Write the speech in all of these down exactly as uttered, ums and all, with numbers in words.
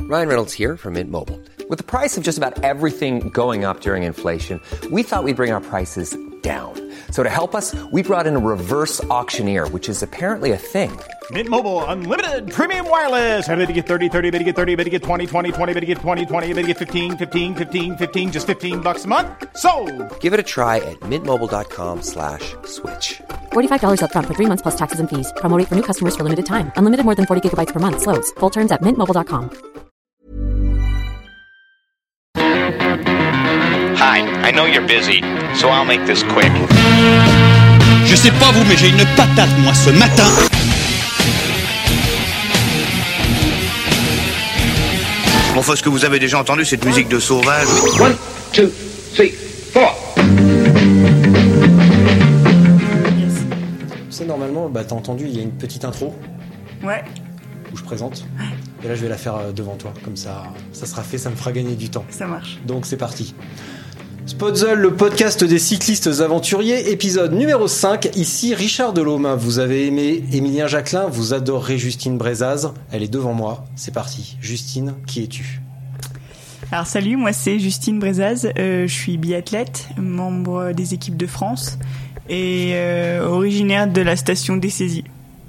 Ryan Reynolds here from Mint Mobile. With the price of just about everything going up during inflation, we thought we'd bring our prices down. So to help us, we brought in a reverse auctioneer, which is apparently a thing. Mint Mobile Unlimited Premium Wireless. How to get thirty, thirty, how to get thirty, how to get twenty, twenty, twenty, how to get twenty, twenty, how to get fifteen, fifteen, fifteen, fifteen, just fifteen bucks a month? Sold! Give it a try at mintmobile.com slash switch. forty-five dollars up front for three months plus taxes and fees. Promo rate for new customers for limited time. Unlimited more than forty gigabytes per month. Slows full terms at mint mobile dot com. Hi, I know you're busy, so I'll make this quick. Je sais pas vous, mais j'ai une patate, moi, ce matin. Bon, enfin, ce que vous avez déjà entendu, cette musique de sauvage. One, two, three, four. C'est normalement, bah t'as entendu, il y a une petite intro. Ouais. Où je présente. Et là, je vais la faire devant toi, comme ça, ça sera fait, ça me fera gagner du temps. Ça marche. Donc c'est parti. Spotzel, le podcast des cyclistes aventuriers, épisode numéro cinq. Ici Richard Delhomme. Vous avez aimé Émilien Jacquelin, vous adorerez Justine Brezaz. Elle est devant moi. C'est parti. Justine, qui es-tu ? Alors salut, moi c'est Justine Brezaz. Euh, je suis biathlète, membre des équipes de France et euh, originaire de la station d'Essésy,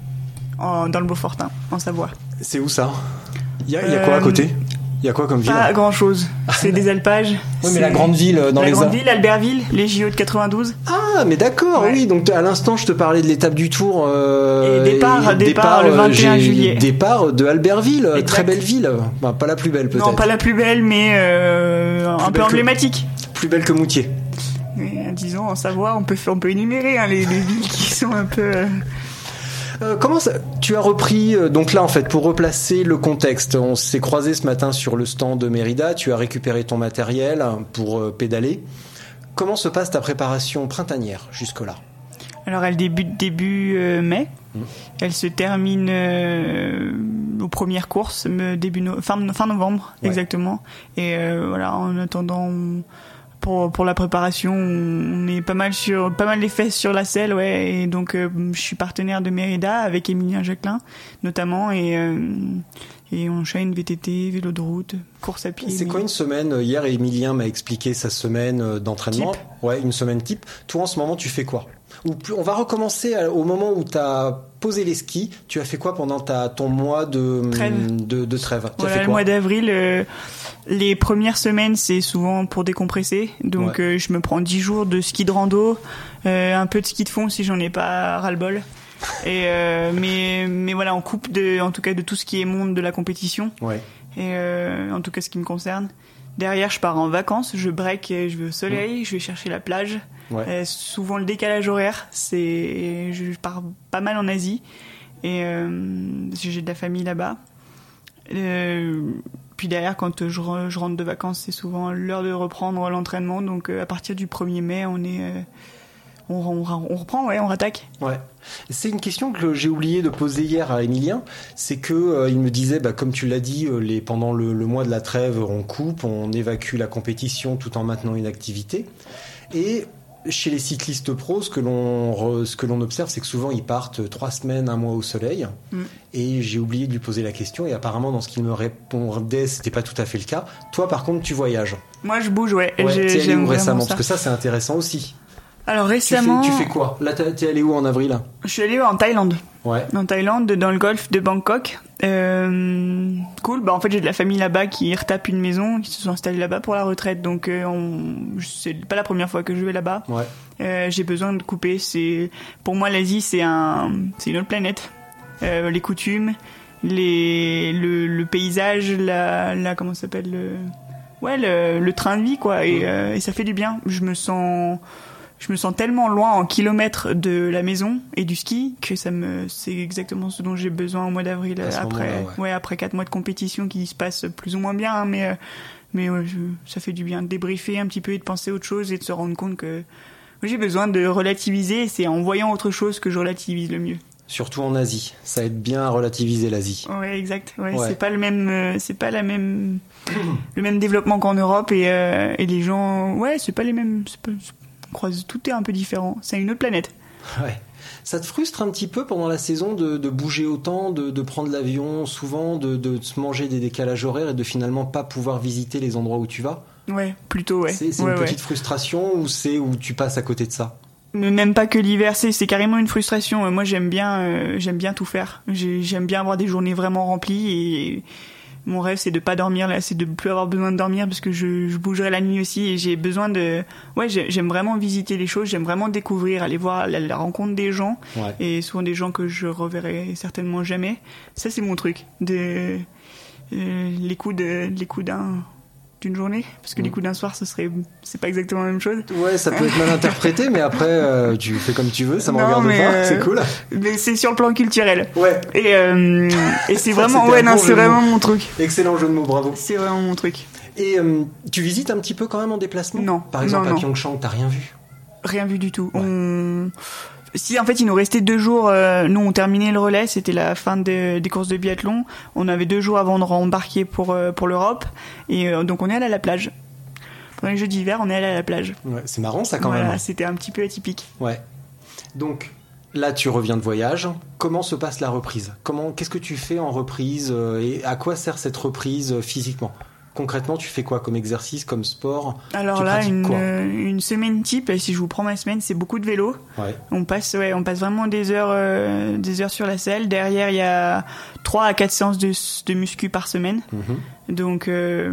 en, dans le Beaufortin, en Savoie. C'est où ça ? Il y a, y a quoi à côté ? Il y a quoi comme ville ? Pas grand chose. C'est des alpages. Oui, mais la grande ville dans la les. La grande ville, Albertville, les J O de quatre-vingt-douze. Ah, mais d'accord, ouais. Oui. Donc à l'instant, je te parlais de l'étape du Tour. Euh, et départ, et départ, départ le vingt et un juillet. Départ de Albertville, exact. Très belle ville. Enfin, pas la plus belle peut-être. Non, pas la plus belle, mais euh, plus un peu emblématique. Que, plus belle que Moutier. Mais, disons, en Savoie, on peut, on peut énumérer hein, les, les villes qui sont un peu. Euh... Euh, comment ça, tu as repris, euh, donc là en fait pour replacer le contexte, on s'est croisés ce matin sur le stand de Mérida, tu as récupéré ton matériel pour euh, pédaler. Comment se passe ta préparation printanière jusque-là ? Alors elle débute début euh, mai, mmh. Elle se termine euh, aux premières courses, début no- fin, fin novembre ouais. Exactement. Et euh, voilà, en attendant... On... Pour pour la préparation, on est pas mal sur pas mal les fesses sur la selle, ouais. Et donc euh, je suis partenaire de Mérida avec Émilien Jacquelin notamment, et euh, et on enchaîne V T T, vélo de route, course à pied. C'est quoi une semaine ? Hier, Émilien m'a expliqué sa semaine d'entraînement. Type. Ouais, une semaine type. Toi, en ce moment, tu fais quoi ? Ou on va recommencer au moment où tu as posé les skis. Tu as fait quoi pendant ta ton mois de trêve de, de trêve ? Voilà, fait quoi ? Le mois d'avril. Euh, Les premières semaines, c'est souvent pour décompresser. Donc, ouais. euh, je me prends dix jours de ski de rando, euh, un peu de ski de fond si j'en ai pas ras-le-bol. Et, euh, mais, mais voilà, on coupe de, en tout cas de tout ce qui est monde de la compétition. Ouais. Et euh, en tout cas, ce qui me concerne. Derrière, je pars en vacances, je break, je vais au soleil, mmh. je vais chercher la plage. Ouais. Euh, souvent, le décalage horaire, c'est, je pars pas mal en Asie. Et euh, j'ai de la famille là-bas. Euh, Puis derrière, quand je, re, je rentre de vacances, c'est souvent l'heure de reprendre l'entraînement. Donc euh, à partir du premier mai, on est, euh, on, on, on reprend, ouais, on rattaque. Ouais. C'est une question que j'ai oublié de poser hier à Émilien. C'est que euh, il me disait, bah, comme tu l'as dit, euh, les, pendant le, le mois de la trêve, on coupe, on évacue la compétition tout en maintenant une activité. Et chez les cyclistes pros, ce que l'on, ce que l'on observe, c'est que souvent ils partent trois semaines, un mois au soleil. Mm. Et j'ai oublié de lui poser la question. Et apparemment, dans ce qu'il me répondait, c'était pas tout à fait le cas. Toi, par contre, tu voyages. Moi, je bouge, ouais. ouais j'ai, t'es allé où récemment ? Ça. Parce que ça, c'est intéressant aussi. Alors récemment, tu fais, tu fais quoi ? Là, t'es allé où en avril ? Je suis allé en Thaïlande. Ouais. En Thaïlande, dans le golfe de Bangkok. Euh, cool. Bah en fait, j'ai de la famille là-bas qui retapent une maison, qui se sont installés là-bas pour la retraite. Donc, euh, on, c'est pas la première fois que je vais là-bas. Ouais. Euh, j'ai besoin de couper. C'est, pour moi, l'Asie, c'est un, c'est une autre planète. Euh, les coutumes, les, le, le paysage, la, la, comment ça s'appelle, le, ouais, le, le train de vie, quoi. Et, euh, et ça fait du bien. Je me sens. Je me sens tellement loin en kilomètres de la maison et du ski que ça me, c'est exactement ce dont j'ai besoin au mois d'avril après, ouais. ouais, après quatre mois de compétition qui se passent plus ou moins bien, hein, mais, mais ouais, je, ça fait du bien de débriefer un petit peu et de penser à autre chose et de se rendre compte que j'ai besoin de relativiser. C'est en voyant autre chose que je relativise le mieux. Surtout en Asie, ça aide bien à relativiser l'Asie. Ouais, exact. Ouais, ouais. C'est pas le même, c'est pas la même, le même développement qu'en Europe et, euh, et les gens, ouais, c'est pas les mêmes. C'est pas, c'est, on croise, tout est un peu différent. C'est une autre planète. Ouais. Ça te frustre un petit peu pendant la saison de, de bouger autant, de, de prendre l'avion souvent, de, de se manger des décalages horaires et de finalement pas pouvoir visiter les endroits où tu vas? Ouais, plutôt, ouais. C'est, c'est ouais, une ouais. petite frustration ou c'est où tu passes à côté de ça? Mais même pas que l'hiver, c'est, c'est carrément une frustration. Moi, j'aime bien, euh, j'aime bien tout faire. J'ai, j'aime bien avoir des journées vraiment remplies et mon rêve, c'est de pas dormir là, c'est de plus avoir besoin de dormir parce que je, je bougerai la nuit aussi et j'ai besoin de, ouais, j'aime vraiment visiter les choses, j'aime vraiment découvrir, aller voir la, la rencontre des gens ouais. et souvent des gens que je reverrai certainement jamais. Ça, c'est mon truc, de euh, les coups de, les coups d'un d'une journée, parce que mmh. les coups d'un soir, ce serait, c'est pas exactement la même chose. Ouais, ça peut être mal interprété, mais après, euh, tu fais comme tu veux, ça me non, regarde mais pas, euh, c'est cool. Mais c'est sur le plan culturel. Ouais. Et, euh, et c'est ça, vraiment, ouais, non, c'est vraiment mon truc. Excellent jeu de mots, bravo. C'est vraiment mon truc. Et euh, tu visites un petit peu quand même en déplacement? Non. Par exemple, non, à Pyeongchang, t'as rien vu? Rien vu du tout. Ouais. On... Si, en fait, il nous restait deux jours. Euh, nous, on terminait le relais. C'était la fin de, des courses de biathlon. On avait deux jours avant de rembarquer pour, euh, pour l'Europe. Et euh, donc, on est allé à la plage. Pendant les jeux d'hiver, on est allé à la plage. Ouais, c'est marrant, ça, quand voilà, même. C'était un petit peu atypique. Ouais. Donc, là, tu reviens de voyage. Comment se passe la reprise? Comment, qu'est-ce que tu fais en reprise et à quoi sert cette reprise physiquement? Concrètement, tu fais quoi comme exercice, comme sport? Alors tu là, une, quoi une semaine type, et si je vous prends ma semaine, c'est beaucoup de vélo. Ouais. On passe, ouais, on passe vraiment des heures, euh, des heures sur la selle. Derrière, il y a trois à quatre séances de, de muscu par semaine. Mm-hmm. Donc, euh,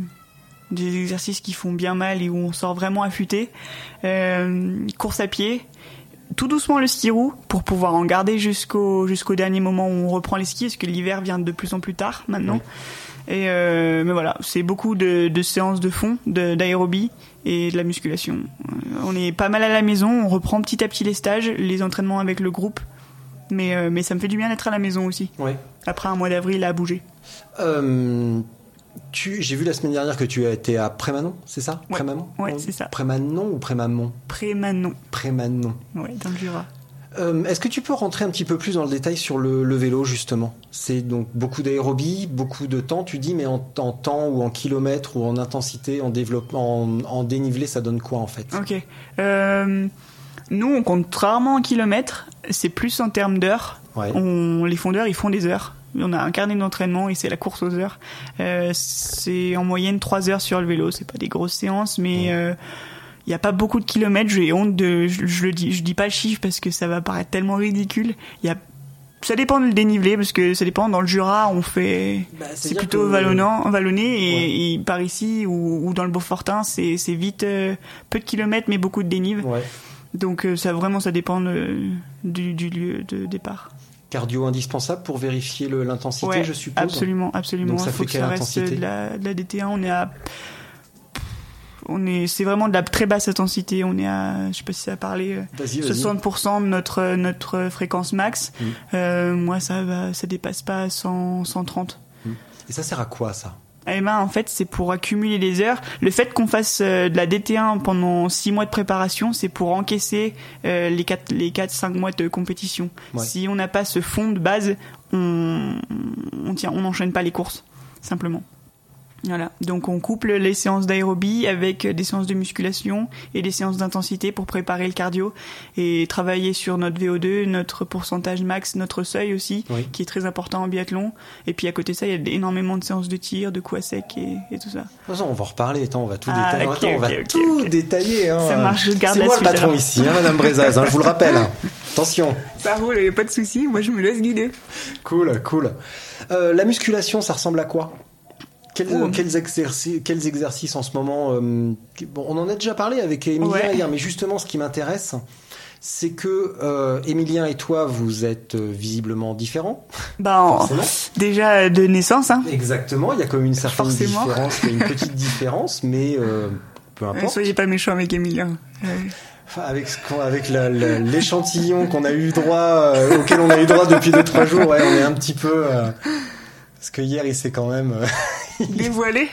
des exercices qui font bien mal et où on sort vraiment affûté. Euh, course à pied. Tout doucement le ski roue pour pouvoir en garder jusqu'au, jusqu'au dernier moment où on reprend les skis, parce que l'hiver vient de plus en plus tard maintenant. Ouais. Et euh, mais voilà, c'est beaucoup de, de séances de fond, de, d'aérobie et de la musculation. Euh, on est pas mal à la maison, on reprend petit à petit les stages, les entraînements avec le groupe, mais euh, mais ça me fait du bien d'être à la maison aussi. Ouais. Après un mois d'avril à bouger. Euh, tu, j'ai vu la semaine dernière que tu étais à Prémanon, c'est ça? Ouais. Prémanon. Ouais, c'est ça. Prémanon ou Prémamon? Prémanon. Prémanon. Ouais, dans le Jura. Euh, est-ce que tu peux rentrer un petit peu plus dans le détail sur le, le vélo, justement? C'est donc beaucoup d'aérobie, beaucoup de temps, tu dis, mais en, en temps ou en kilomètres ou en intensité, en développement, en, en dénivelé, ça donne quoi en fait? Ok. Euh, nous, on compte rarement en kilomètres, c'est plus en termes d'heures. Ouais. On, les fondeurs, ils font des heures. On a un carnet d'entraînement et c'est la course aux heures. Euh, c'est en moyenne trois heures sur le vélo. C'est pas des grosses séances, mais... Ouais. Euh, il y a pas beaucoup de kilomètres, j'ai honte de, je, je le dis, je dis pas le chiffre parce que ça va paraître tellement ridicule. Il y a, ça dépend du dénivelé parce que ça dépend. Dans le Jura, on fait, bah, c'est plutôt que... vallonnant, vallonné et, ouais. et par ici ou, ou dans le Beaufortin, c'est, c'est vite euh, peu de kilomètres mais beaucoup de dénive. Ouais. Donc euh, ça vraiment, ça dépend de, du, du lieu de départ. Cardio indispensable pour vérifier le, l'intensité, ouais, je suppose. Absolument, absolument. Donc ça Il faut fait que quelle ça reste intensité? de la, de la D T un. On est à On est, c'est vraiment de la très basse intensité. On est à, je sais pas si ça a parlé, vas-y, vas-y. soixante pour cent de notre, notre fréquence max. Mmh. Euh, moi, ça va, ça dépasse pas cent, cent trente. Mmh. Et ça sert à quoi, ça? Eh ben, en fait, c'est pour accumuler les heures. Le fait qu'on fasse de la D T un pendant six mois de préparation, c'est pour encaisser euh, les quatre, les quatre, cinq mois de compétition. Ouais. Si on n'a pas ce fond de base, on, on tient, on n'enchaîne pas les courses, simplement. Voilà, donc on couple les séances d'aérobie avec des séances de musculation et des séances d'intensité pour préparer le cardio et travailler sur notre V O deux, notre pourcentage max, notre seuil aussi, oui. qui est très important en biathlon. Et puis à côté de ça, il y a énormément de séances de tir, de coups à sec et, et tout ça. De toute façon, on va en reparler, attends, on va tout ah, détailler. Okay, attends, okay, on va okay, tout okay. détailler. Hein. Ça marche, je garde C'est la moi suite, le patron alors. ici, hein, Madame Brezaz, hein, je vous le rappelle. Hein. Attention. Ça roule, il n'y a pas de souci, moi je me laisse guider. Cool, cool. Euh, la musculation, ça ressemble à quoi? Quels, oh. quels, exercices, quels exercices en ce moment euh, bon, on en a déjà parlé avec Emilien ouais. hier, mais justement ce qui m'intéresse, c'est que euh, Emilien et toi, vous êtes euh, visiblement différents. Bah, déjà de naissance. Hein. Exactement, il y a comme une certaine Forcément. différence, il y a une petite différence, mais euh, peu importe. Ne soyez pas méchants avec Emilien. Ouais. Enfin, avec, ce qu'on, avec la, la, l'échantillon qu'on a eu droit, euh, auquel on a eu droit depuis deux trois jours, ouais, on est un petit peu... Euh, parce que hier, il s'est quand même... Euh, dévoilé.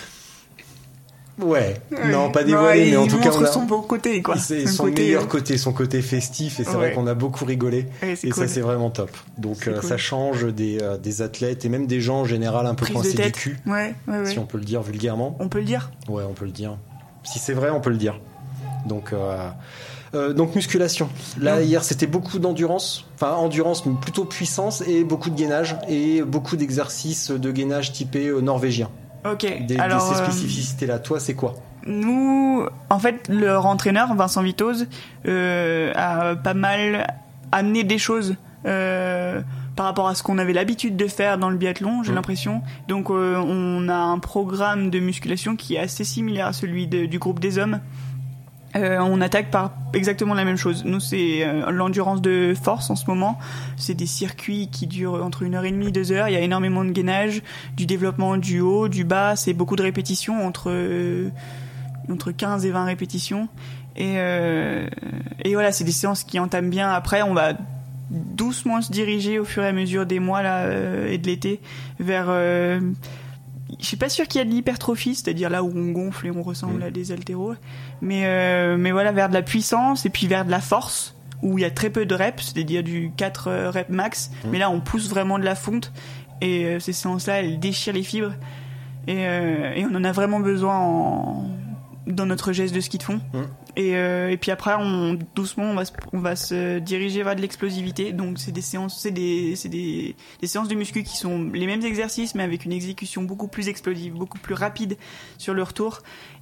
Ouais. ouais, non pas dévoilé, non, mais en tout cas on a son beau côté quoi. C'est son, son côté, meilleur côté, son côté festif et c'est ouais. vrai qu'on a beaucoup rigolé ouais, et cool. ça c'est vraiment top. Donc euh, cool. ça change des euh, des athlètes et même des gens en général un peu Prise coincés du cul. Ouais, ouais, ouais. Si on peut le dire vulgairement. On peut le dire. Ouais, on peut le dire. Si c'est vrai, on peut le dire. Donc euh, Euh, donc musculation. Là, hier, c'était beaucoup d'endurance. Enfin, endurance, mais plutôt puissance et beaucoup de gainage et beaucoup d'exercices de gainage typés euh, norvégiens. Ok. Des, Alors, de ces spécificités-là. Toi, c'est quoi ? Nous, en fait, leur entraîneur, Vincent Vitoz, euh, a pas mal amené des choses euh, par rapport à ce qu'on avait l'habitude de faire dans le biathlon, j'ai mmh. l'impression. Donc, euh, on a un programme de musculation qui est assez similaire à celui de, du groupe des hommes. Euh, on attaque par exactement la même chose. Nous, c'est euh, l'endurance de force en ce moment. C'est des circuits qui durent entre une heure et demie, deux heures. Il y a énormément de gainage, du développement du haut, du bas. C'est beaucoup de répétitions, entre euh, entre quinze et vingt répétitions. Et euh, et voilà, c'est des séances qui entament bien. Après, on va doucement se diriger au fur et à mesure des mois là euh, et de l'été vers euh, je suis pas sûr qu'il y a de l'hypertrophie, c'est-à-dire là où on gonfle et on ressemble mmh. à des haltéros, mais euh, mais voilà, vers de la puissance et puis vers de la force où il y a très peu de reps, c'est-à-dire du quatre reps max, mmh. mais là on pousse vraiment de la fonte et euh, ces séances-là elles déchirent les fibres et euh, et on en a vraiment besoin en dans notre geste de ski de fond. Mmh. Et, euh, et puis après, on, doucement, on va, se, on va se diriger vers de l'explosivité. Donc, c'est des séances, c'est des, c'est des, des séances de muscu qui sont les mêmes exercices, mais avec une exécution beaucoup plus explosive, beaucoup plus rapide sur le retour.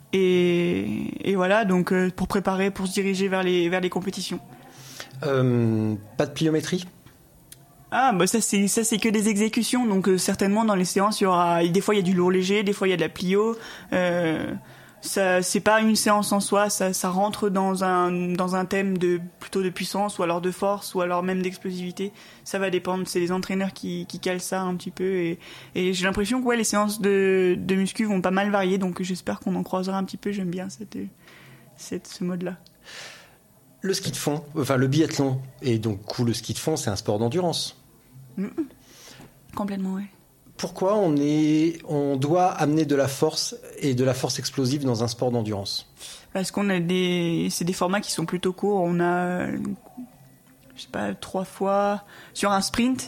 Et, et voilà, donc, euh, pour préparer, pour se diriger vers les, vers les compétitions. Euh, pas de pliométrie ? Ah, bah ça c'est ça c'est que des exécutions. Donc, euh, certainement dans les séances, il y aura, des fois il y a du lourd léger, des fois il y a de la plio. Euh, Ça, c'est pas une séance en soi, ça, ça rentre dans un, dans un thème de, plutôt de puissance, ou alors de force, ou alors même d'explosivité. Ça va dépendre, c'est les entraîneurs qui, qui calent ça un petit peu, et, et j'ai l'impression que, ouais, les séances de, de muscu vont pas mal varier, donc j'espère qu'on en croisera un petit peu, j'aime bien cette, cette, ce mode-là. Le ski de fond, enfin, le biathlon, et donc, coup, le ski de fond, c'est un sport d'endurance. Mmh. Complètement, ouais. Pourquoi on, est, on doit amener de la force et de la force explosive dans un sport d'endurance ? Parce qu'on a des, c'est des formats qui sont plutôt courts. On a, je sais pas, trois fois sur un sprint.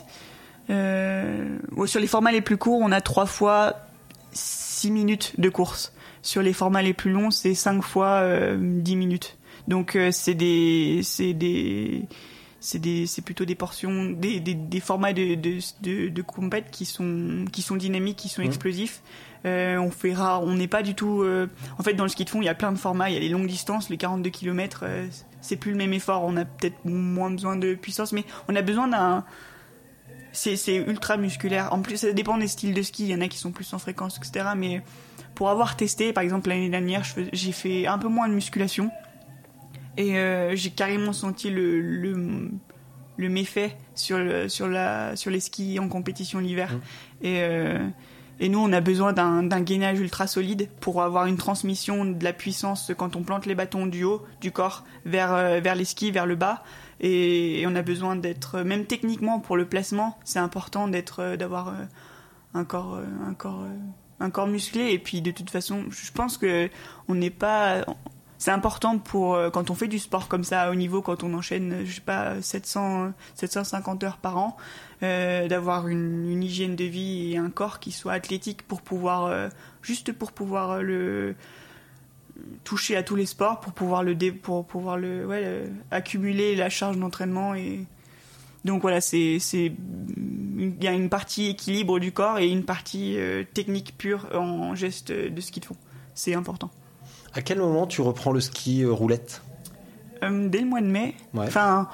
Euh, ou sur les formats les plus courts, on a trois fois six minutes de course. Sur les formats les plus longs, c'est cinq fois euh, dix minutes. Donc euh, c'est des, c'est des C'est, des, c'est plutôt des portions, des, des, des formats de, de, de, de compète qui sont, qui sont dynamiques, qui sont mmh. explosifs. Euh, on fait rare, on n'est pas du tout. Euh, en fait, dans le ski de fond, il y a plein de formats. Il y a les longues distances, les quarante-deux kilomètres. Euh, c'est plus le même effort. On a peut-être moins besoin de puissance, mais on a besoin d'un. C'est, c'est ultra musculaire. En plus, ça dépend des styles de ski. Il y en a qui sont plus en fréquence, et cetera. Mais pour avoir testé, par exemple, l'année dernière, je fais, j'ai fait un peu moins de musculation. Et euh, j'ai carrément senti le, le, le méfait sur, le, sur, la, sur les skis en compétition l'hiver. Mmh. Et, euh, et nous, on a besoin d'un, d'un gainage ultra solide pour avoir une transmission de la puissance quand on plante les bâtons du haut du corps vers, euh, vers les skis, vers le bas. Et, et on a besoin d'être, même techniquement pour le placement, c'est important d'être, d'avoir euh, un corps, un corps, un corps musclé. Et puis de toute façon, je pense qu'on n'est pas... C'est important pour quand on fait du sport comme ça à haut niveau, quand on enchaîne, je sais pas, sept cents, sept cent cinquante heures par an, euh, d'avoir une, une hygiène de vie et un corps qui soit athlétique pour pouvoir, euh, juste pour pouvoir le toucher à tous les sports, pour pouvoir le, dé, pour pouvoir le, ouais, le, accumuler la charge d'entraînement. Et donc voilà, c'est, c'est, il y a une partie équilibre du corps et une partie euh, technique pure en geste de ski de fond. C'est important. À quel moment tu reprends le ski euh, roulette ? euh, Dès le mois de mai. Ouais. Enfin,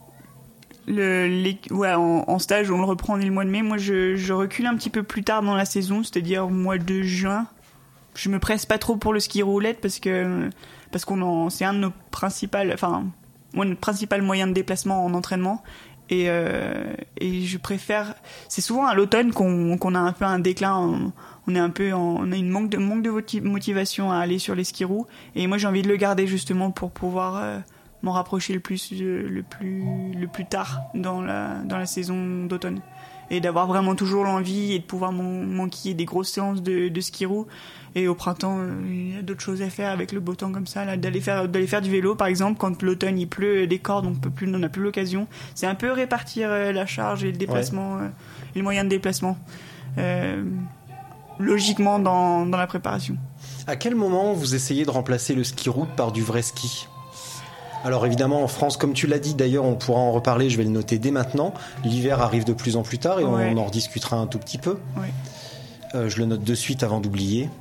le, les, ouais, en, en stage, on le reprend dès le mois de mai. Moi, je, je recule un petit peu plus tard dans la saison, c'est-à-dire au mois de juin. Je me presse pas trop pour le ski roulette parce que parce qu'on en, c'est un de nos principaux, enfin, notre principal moyen de déplacement en entraînement. Et, euh, et je préfère. C'est souvent à l'automne qu'on, qu'on a un peu un déclin. On, on est un peu, en, on a une manque de manque de motivation à aller sur les skis roues. Et moi, j'ai envie de le garder justement pour pouvoir euh, m'en rapprocher le plus, le plus, le plus tard dans la dans la saison d'automne. Et d'avoir vraiment toujours l'envie et de pouvoir m'enquiller des grosses séances de, de ski roue. Et au printemps, il y a d'autres choses à faire avec le beau temps comme ça, là, d'aller faire, d'aller faire du vélo, par exemple, quand l'automne il pleut, les cordes, on peut plus, on n'a plus l'occasion. C'est un peu répartir euh, la charge et le déplacement, ouais. euh, et le moyen de déplacement, euh, logiquement dans, dans la préparation. À quel moment vous essayez de remplacer le ski route par du vrai ski ? Alors évidemment, en France, comme tu l'as dit, d'ailleurs, on pourra en reparler, je vais le noter dès maintenant. L'hiver arrive de plus en plus tard et ouais. on en rediscutera un tout petit peu. Ouais. Euh, je le note de suite avant d'oublier.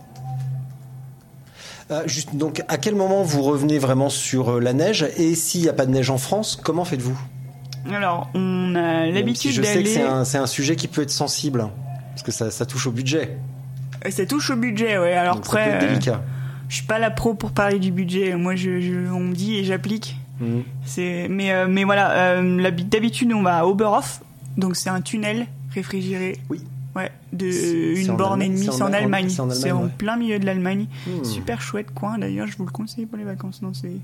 Euh, juste, donc, à quel moment vous revenez vraiment sur euh, la neige? Et s'il n'y a pas de neige en France, comment faites-vous? Alors, on a l'habitude si je d'aller... sais que c'est un, c'est un sujet qui peut être sensible, parce que ça, ça touche au budget. Ça touche au budget, ouais. Alors donc, après, ça peut être délicat. Euh, je suis pas la pro pour parler du budget. Moi, je, je, on me dit et j'applique. Mmh. C'est, mais, euh, mais voilà, euh, d'habitude, on va à Oberhof. Donc, c'est un tunnel réfrigéré. Oui. Ouais, de c'est, une c'est borne et demie, c'est, c'est en Allemagne. C'est en, Allemagne, c'est en ouais. plein milieu de l'Allemagne. Mmh. Super chouette coin, d'ailleurs, je vous le conseille pour les vacances. Non, c'est...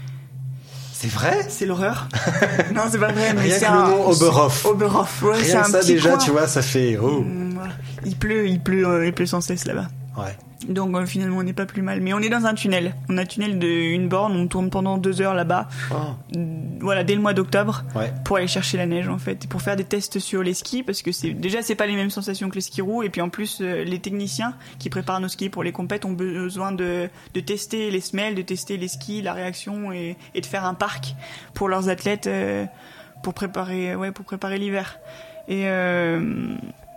C'est vrai? C'est l'horreur. Non, c'est pas vrai, mais rien c'est que un... le nom Oberhof. Oberhof, ouais, rien c'est un ça, petit déjà, coin. Tu vois, ça fait... Oh. Mmh, voilà. Il pleut, il pleut, euh, il pleut sans cesse là-bas. Ouais. Donc euh, finalement on n'est pas plus mal, mais on est dans un tunnel. On a un tunnel de une borne, on tourne pendant deux heures là-bas. Oh. Voilà, dès le mois d'octobre, ouais. pour aller chercher la neige en fait, et pour faire des tests sur les skis parce que c'est déjà c'est pas les mêmes sensations que les skis roues et puis en plus euh, les techniciens qui préparent nos skis pour les compètes ont besoin de de tester les semelles, de tester les skis, la réaction et, et de faire un parc pour leurs athlètes euh, pour préparer ouais pour préparer l'hiver. Et euh,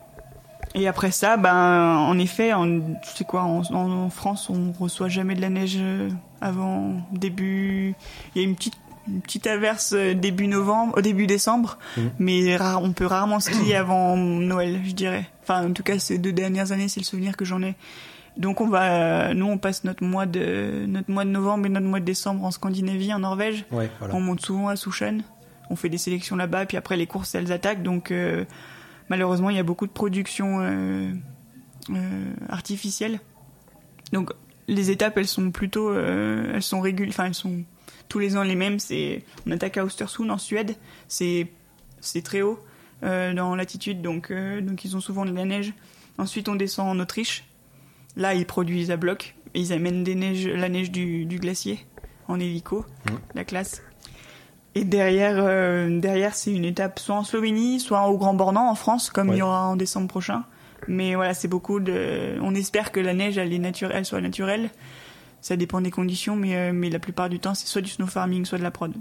Et après ça, ben, en effet, en, tu sais quoi, en, en France, on reçoit jamais de la neige avant début. Il y a une petite, une petite averse début novembre, au début décembre, mmh. mais rare, on peut rarement skier avant Noël, je dirais. Enfin, en tout cas, ces deux dernières années, c'est le souvenir que j'en ai. Donc, on va, nous, on passe notre mois de, notre mois de novembre et notre mois de décembre en Scandinavie, en Norvège. Ouais, voilà. On monte souvent à Sushen. On fait des sélections là-bas, puis après les courses, elles attaquent, donc. Euh, Malheureusement, il y a beaucoup de production euh, euh, artificielle. Donc, les étapes, elles sont plutôt, euh, elles sont régulières. Enfin, elles sont tous les ans les mêmes. C'est, on attaque à Östersund en Suède. C'est, c'est très haut euh, dans latitude, donc, euh, donc ils ont souvent de la neige. Ensuite, on descend en Autriche. Là, ils produisent à bloc. Et ils amènent des neiges, la neige du, du glacier en hélico, mmh. la classe. Et derrière, euh, derrière, c'est une étape soit en Slovénie, soit au Grand Bornand en France, comme ouais. il y aura en décembre prochain. Mais voilà, c'est beaucoup de. On espère que la neige, elle est naturelle, elle soit naturelle. Ça dépend des conditions, mais euh, mais la plupart du temps, c'est soit du snow farming, soit de la prod.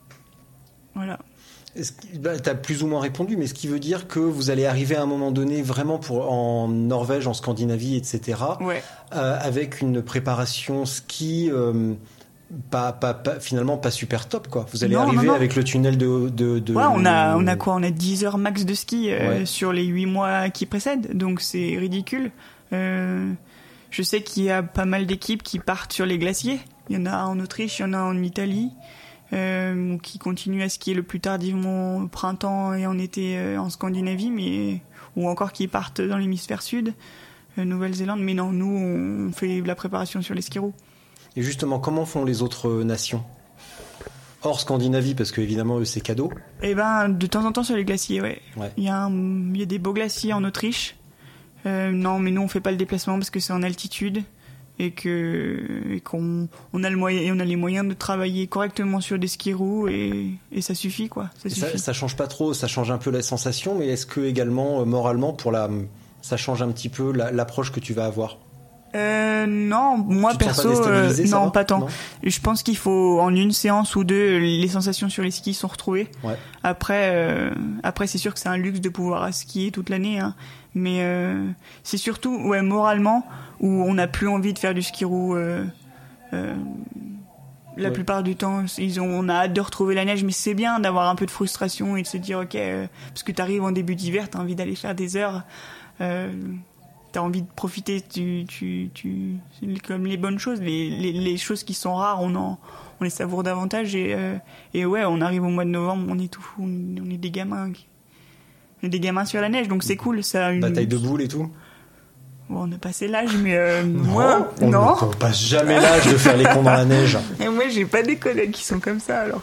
Voilà. Est-ce que, bah, t'as plus ou moins répondu, mais ce qui veut dire que vous allez arriver à un moment donné vraiment pour en Norvège, en Scandinavie, et cetera. Ouais. Euh, avec une préparation ski. Euh, Pas, pas, pas, finalement pas super top quoi. Vous allez non, arriver non, non. avec le tunnel de, de, de... Ouais, on a, on a quoi? On a dix heures max de ski euh, ouais. sur les huit mois qui précèdent, donc c'est ridicule. Euh, je sais qu'il y a pas mal d'équipes qui partent sur les glaciers. Il y en a en Autriche, il y en a en Italie, euh, qui continuent à skier le plus tardivement au printemps et en été euh, en Scandinavie, mais ou encore qui partent dans l'hémisphère sud, euh, Nouvelle-Zélande. Mais non, nous on fait de la préparation sur les skis roues. Et justement, comment font les autres nations? Hors Scandinavie, parce que évidemment eux c'est cadeau. Eh ben, de temps en temps sur les glaciers, ouais. ouais. Il y a un, il y a des beaux glaciers en Autriche. Euh, non, mais nous on fait pas le déplacement parce que c'est en altitude et que et qu'on on a le moyen, on a les moyens de travailler correctement sur des skis roues et et ça suffit quoi. Ça, suffit. ça, ça change pas trop, ça change un peu la sensation, mais est-ce que également moralement pour la, ça change un petit peu la, l'approche que tu vas avoir? Euh, non, moi tu te perso, sens pas euh, non, va pas tant. Non je pense qu'il faut en une séance ou deux, les sensations sur les skis sont retrouvées. Ouais. Après, euh, après c'est sûr que c'est un luxe de pouvoir skier toute l'année, hein. Mais euh, c'est surtout, ouais, moralement, où on n'a plus envie de faire du ski roue. Euh, euh, la ouais. plupart du temps, ils ont, on a hâte de retrouver la neige, mais c'est bien d'avoir un peu de frustration et de se dire, ok, euh, parce que t'arrives en début d'hiver, t'as envie d'aller faire des heures. Euh, T'as envie de profiter, tu, tu, tu, comme les bonnes choses, les, les, les choses qui sont rares, on en, on les savoure davantage et, euh, et ouais, on arrive au mois de novembre, on est tout, on, on est des gamins, on est des gamins sur la neige, donc c'est cool, ça. Une bataille de boules et tout. Bon, on a passé l'âge, mais euh, non, moi, on non. Ne, on passe jamais l'âge de faire les cons dans la neige. Et moi, j'ai pas des collègues qui sont comme ça, alors.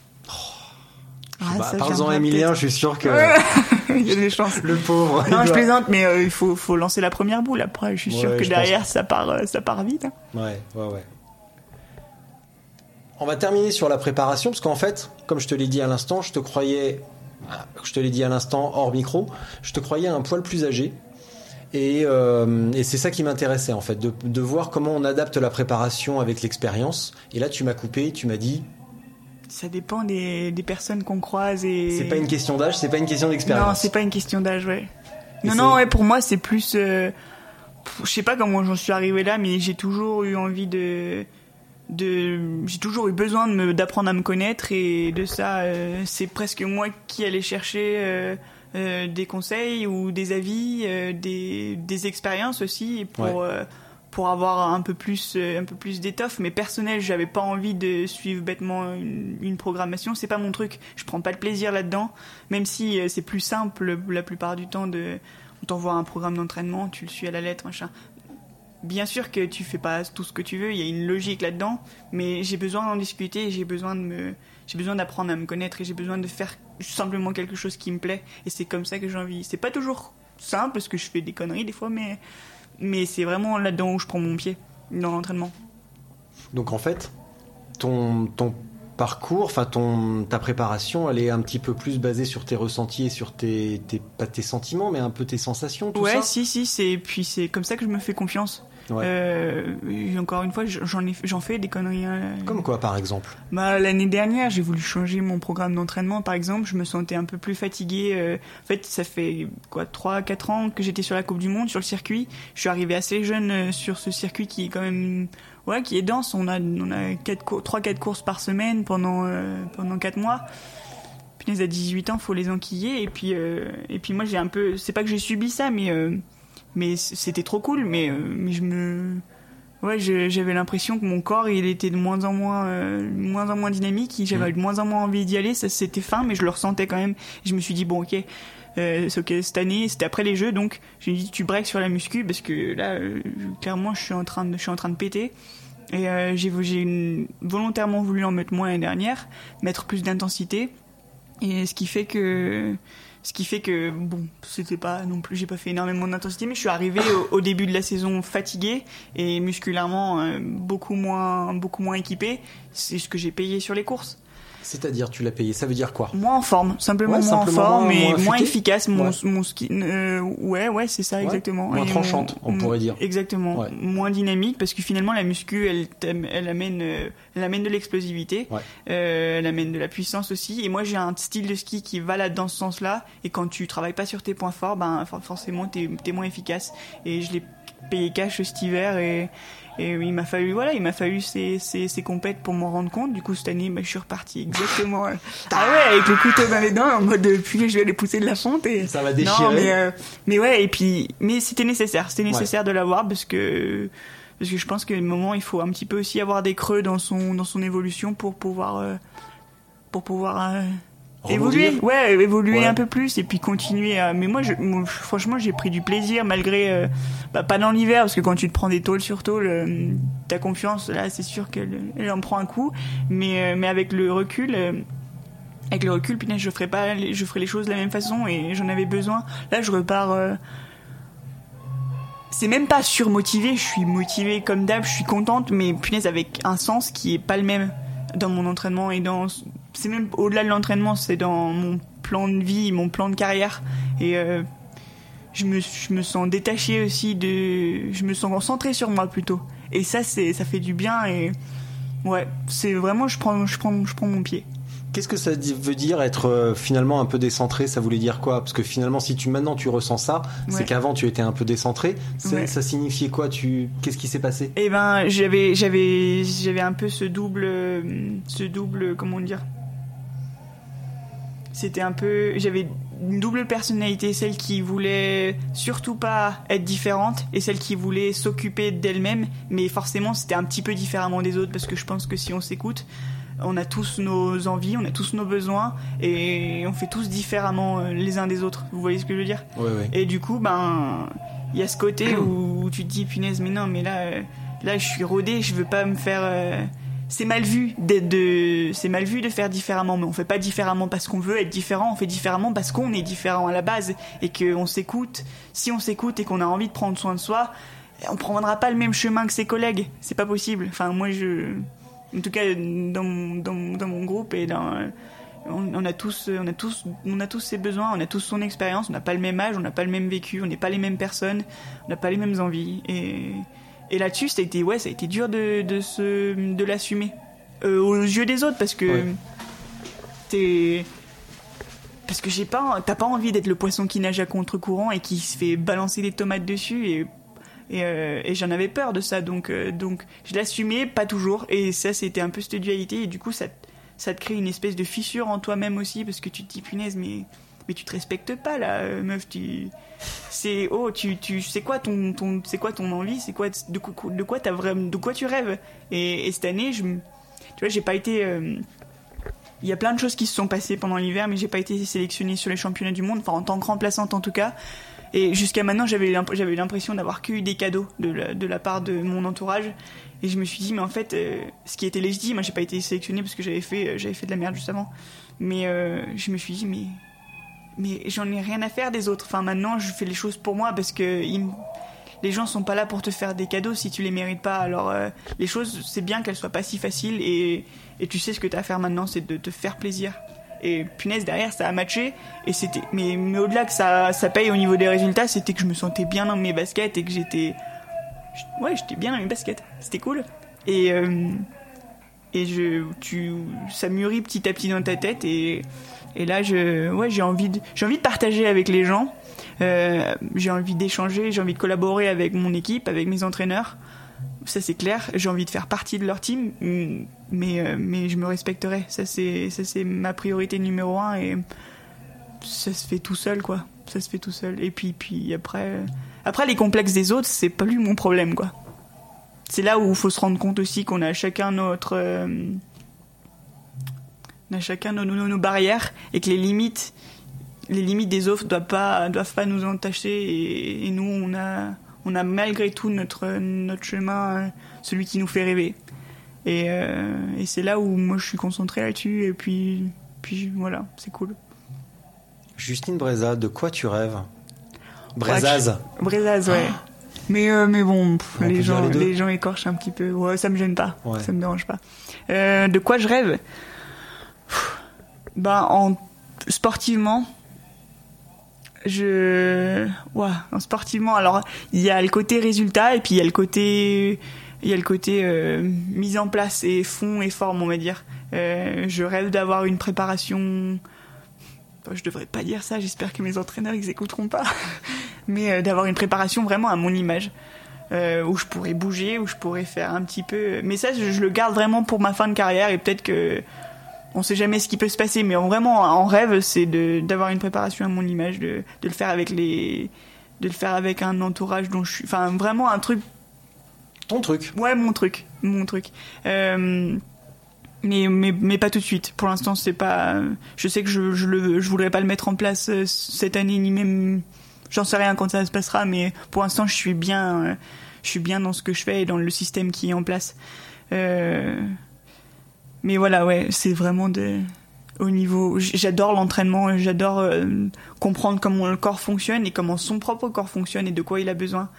Ah, bah, parle-en à Emilien, je suis sûr que ouais. Il y a des chances. Le pauvre. Non, je plaisante, mais euh, il faut, faut lancer la première boule. Après, je suis ouais, sûr que derrière, pense... ça part, euh, ça part vite. Hein. Ouais, ouais, ouais. On va terminer sur la préparation, parce qu'en fait, comme je te l'ai dit à l'instant, je te croyais, je te l'ai dit à l'instant hors micro, je te croyais un poil plus âgé. Et, euh, et c'est ça qui m'intéressait en fait, de, de voir comment on adapte la préparation avec l'expérience. Et là, tu m'as coupé, tu m'as dit. ça dépend des, des personnes qu'on croise et. C'est pas une question d'âge, c'est pas une question d'expérience. Non, c'est pas une question d'âge, ouais. Et non, c'est... non, ouais, pour moi, c'est plus. Euh, je sais pas comment j'en suis arrivée là, mais j'ai toujours eu envie de. de j'ai toujours eu besoin de me, d'apprendre à me connaître et de ça, euh, c'est presque moi qui allais chercher. Euh, Euh, des conseils ou des avis, euh, des, des expériences aussi pour, ouais. euh, pour avoir un peu plus, euh, un peu plus d'étoffe. Mais personnel, j'avais pas envie de suivre bêtement une, une programmation. C'est pas mon truc. Je prends pas de plaisir là-dedans. Même si euh, c'est plus simple la plupart du temps de, on t'envoie un programme d'entraînement, tu le suis à la lettre, machin. Bien sûr que tu fais pas tout ce que tu veux, il y a une logique là-dedans, mais j'ai besoin d'en discuter, j'ai besoin de me, j'ai besoin d'apprendre à me connaître et j'ai besoin de faire simplement quelque chose qui me plaît. Et c'est comme ça que j'ai envie. C'est pas toujours simple parce que je fais des conneries des fois, mais, mais c'est vraiment là-dedans où je prends mon pied, dans l'entraînement. Donc en fait, ton, ton parcours, enfin ton, ta préparation, elle est un petit peu plus basée sur tes ressentis et sur tes, tes pas tes sentiments, mais un peu tes sensations, tout ouais, ça. Ouais, si, si, c'est, puis c'est comme ça que je me fais confiance. Ouais. Euh, encore une fois, j'en ai, j'en fais des conneries. Hein. Comme quoi, par exemple? Bah, l'année dernière, j'ai voulu changer mon programme d'entraînement. Par exemple, je me sentais un peu plus fatiguée. Euh, en fait, ça fait quoi, trois, quatre ans que j'étais sur la Coupe du Monde, sur le circuit. Je suis arrivée assez jeune euh, sur ce circuit qui est quand même, ouais, qui est dense. On a, on a quatre, trois, quatre courses par semaine pendant, euh, pendant quatre mois. Puis, à dix-huit ans, faut les enquiller. Et puis, euh, et puis moi, j'ai un peu, c'est pas que j'ai subi ça, mais euh, mais c'était trop cool, mais, euh, mais je me... Ouais, je, j'avais l'impression que mon corps, il était de moins en moins, euh, moins en moins dynamique, j'avais mmh. de moins en moins envie d'y aller, ça c'était fin, mais je le ressentais quand même. Et je me suis dit, bon, ok, euh, c'est ok, cette année, c'était après les Jeux, donc j'ai dit, tu breaks sur la muscu, parce que là, euh, clairement, je suis en train de, je suis en train de péter. Et euh, j'ai, j'ai une, volontairement voulu en mettre moins l'année dernière, mettre plus d'intensité, et ce qui fait que... Ce qui fait que, bon, c'était pas non plus, j'ai pas fait énormément d'intensité, mais je suis arrivée au, au début de la saison fatiguée et musculairement euh, beaucoup moins, beaucoup moins équipée. C'est ce que j'ai payé sur les courses. C'est-à-dire, tu l'as payé, ça veut dire quoi? Moins en forme, simplement ouais, moins simplement en forme, mais moins, moins efficace. Mon, ouais. mon ski, euh, ouais, ouais, c'est ça, ouais. exactement. Moins et tranchante, mon, on pourrait dire. Exactement. Ouais. Moins dynamique, parce que finalement, la muscu, elle, elle amène, elle amène de l'explosivité, ouais. euh, elle amène de la puissance aussi. Et moi, j'ai un style de ski qui va là dans ce sens-là. Et quand tu travailles pas sur tes points forts, ben, forcément, t'es, t'es moins efficace. Et je l'ai payé cash cet hiver et, Et il m'a fallu, voilà, il m'a fallu ces, ces, ces compètes pour m'en rendre compte. Du coup, cette année, bah, je suis reparti exactement. ah ouais, avec le couteau dans les dents, en mode, puis je vais aller pousser de la fonte et. Ça va déchirer. Non, mais, euh, mais ouais, et puis, mais c'était nécessaire. C'était nécessaire ouais. de l'avoir parce que, parce que je pense qu'à un moment, il faut un petit peu aussi avoir des creux dans son, dans son évolution pour pouvoir, euh, pour pouvoir, euh, évoluer, ouais, évoluer ouais. un peu plus et puis continuer à... Mais moi, je, moi franchement, j'ai pris du plaisir malgré... Euh, bah, pas dans l'hiver, parce que quand tu te prends des tôles sur tôle, euh, ta confiance, là, c'est sûr qu'elle elle en prend un coup. Mais, euh, mais avec le recul... Euh, avec le recul, punaise, je ferais pas, je ferais les choses de la même façon et j'en avais besoin. Là, je repars... Euh, c'est même pas surmotivé, je suis motivée comme d'hab, je suis contente, mais punaise, avec un sens qui est pas le même dans mon entraînement et dans... C'est même au-delà de l'entraînement, c'est dans mon plan de vie, mon plan de carrière. Et euh, je, me, je me sens détachée aussi de... Je me sens centrée sur moi plutôt. Et ça, c'est, ça fait du bien et... Ouais, c'est vraiment, je prends, je prends, je prends mon pied. Qu'est-ce que ça veut dire être euh, finalement un peu décentré? Ça voulait dire quoi? Parce que finalement, si tu maintenant tu ressens ça, ouais. c'est qu'avant tu étais un peu décentré. Ouais. Ça signifiait quoi? Tu Qu'est-ce qui s'est passé? Eh ben, j'avais, j'avais, j'avais un peu ce double, ce double, comment dire? C'était un peu, j'avais une double personnalité, celle qui voulait surtout pas être différente et celle qui voulait s'occuper d'elle-même. Mais forcément, c'était un petit peu différemment des autres parce que je pense que si on s'écoute, on a tous nos envies, on a tous nos besoins et on fait tous différemment les uns des autres. Vous voyez ce que je veux dire? Ouais, ouais. Et du coup, ben, il y a ce côté où tu te dis, punaise, mais non, mais là, là, je suis rodé, je veux pas me faire. Euh... C'est mal vu d'être de, c'est mal vu de faire différemment, mais on fait pas différemment parce qu'on veut être différent, on fait différemment parce qu'on est différent à la base et qu'on s'écoute. Si on s'écoute et qu'on a envie de prendre soin de soi, on prendra pas le même chemin que ses collègues. C'est pas possible. Enfin, moi, je, en tout cas, dans mon, dans mon, dans mon groupe et dans, on, on a tous, on a tous, on a tous ses besoins, on a tous son expérience, on n'a pas le même âge, on n'a pas le même vécu, on n'est pas les mêmes personnes, on n'a pas les mêmes envies et, Et là-dessus, ça a été, ouais, ça a été dur de, de, se, de l'assumer euh, aux yeux des autres parce que, ouais. t'es... Parce que j'ai pas, t'as pas envie d'être le poisson qui nage à contre-courant et qui se fait balancer des tomates dessus et et, euh, et j'en avais peur de ça, donc euh, donc je l'assumais pas toujours, et ça c'était un peu cette dualité, et du coup ça ça te crée une espèce de fissure en toi-même aussi, parce que tu te dis punaise mais mais tu te respectes pas là, meuf, tu c'est oh tu tu c'est quoi ton ton c'est quoi ton envie, c'est quoi de quoi de quoi t'as vraiment de quoi tu rêves, et, et cette année je tu vois j'ai pas été euh, il y a plein de choses qui se sont passées pendant l'hiver, mais j'ai pas été sélectionnée sur les championnats du monde, enfin en tant que remplaçante en tout cas. Et jusqu'à maintenant, j'avais j'avais l'impression d'avoir que eu des cadeaux de la, de la part de mon entourage. Et je me suis dit, mais en fait, euh, ce qui était légitime, moi j'ai pas été sélectionnée parce que j'avais fait euh, j'avais fait de la merde juste avant. Mais euh, je me suis dit, mais mais j'en ai rien à faire des autres. Enfin maintenant, je fais les choses pour moi parce que ils, les gens sont pas là pour te faire des cadeaux si tu les mérites pas. Alors euh, les choses, c'est bien qu'elles soient pas si faciles, et et tu sais ce que t'as à faire maintenant, c'est de te faire plaisir. Et punaise, derrière ça a matché, et c'était mais mais au-delà que ça ça paye au niveau des résultats, c'était que je me sentais bien dans mes baskets et que j'étais ouais j'étais bien dans mes baskets, c'était cool, et euh, et je tu ça mûrit petit à petit dans ta tête, et et là je ouais j'ai envie de j'ai envie de partager avec les gens, euh, j'ai envie d'échanger, j'ai envie de collaborer avec mon équipe, avec mes entraîneurs. Ça c'est clair, j'ai envie de faire partie de leur team, mais euh, mais je me respecterai. Ça c'est ça c'est ma priorité numéro un, et ça se fait tout seul quoi. Ça se fait tout seul. Et puis puis après après les complexes des autres, c'est pas lui mon problème quoi. C'est là où il faut se rendre compte aussi qu'on a chacun notre euh, on a chacun nos, nos, nos barrières, et que les limites les limites des autres doivent pas doivent pas nous entacher, et, et nous on a on a malgré tout notre, notre chemin, celui qui nous fait rêver. Et, euh, et c'est là où moi je suis concentré là-dessus, et puis, puis voilà, c'est cool. Justine Breza, de quoi tu rêves? Brezaz. Brezaz, ouais. Ah. Mais, euh, mais bon, pff, les, gens, les, les gens écorchent un petit peu. Ouais, ça me gêne pas, ouais. Ça me dérange pas. Euh, de quoi je rêve? Ben, en, sportivement... Je, ouais, sportivement, alors il y a le côté résultat, et puis il y a le côté, il y a le côté euh, mise en place et fond et forme, on va dire. Euh, je rêve d'avoir une préparation. Je devrais pas dire ça. J'espère que mes entraîneurs ils écouteront pas. Mais euh, d'avoir une préparation vraiment à mon image, euh, où je pourrais bouger, où je pourrais faire un petit peu. Mais ça, je, je le garde vraiment pour ma fin de carrière, et peut-être que. On sait jamais ce qui peut se passer, mais vraiment en rêve, c'est de d'avoir une préparation à mon image, de de le faire avec les de le faire avec un entourage dont je suis, enfin vraiment un truc. Ton truc. Ouais, mon truc, mon truc. Euh, mais mais mais pas tout de suite. Pour l'instant, c'est pas. Je sais que je je le je voudrais pas le mettre en place cette année, ni même. J'en sais rien quand ça se passera, mais pour l'instant, je suis bien, je suis bien dans ce que je fais et dans le système qui est en place. Euh, Mais voilà, ouais, c'est vraiment de, au niveau, j'adore l'entraînement, j'adore euh, comprendre comment le corps fonctionne et comment son propre corps fonctionne et de quoi il a besoin.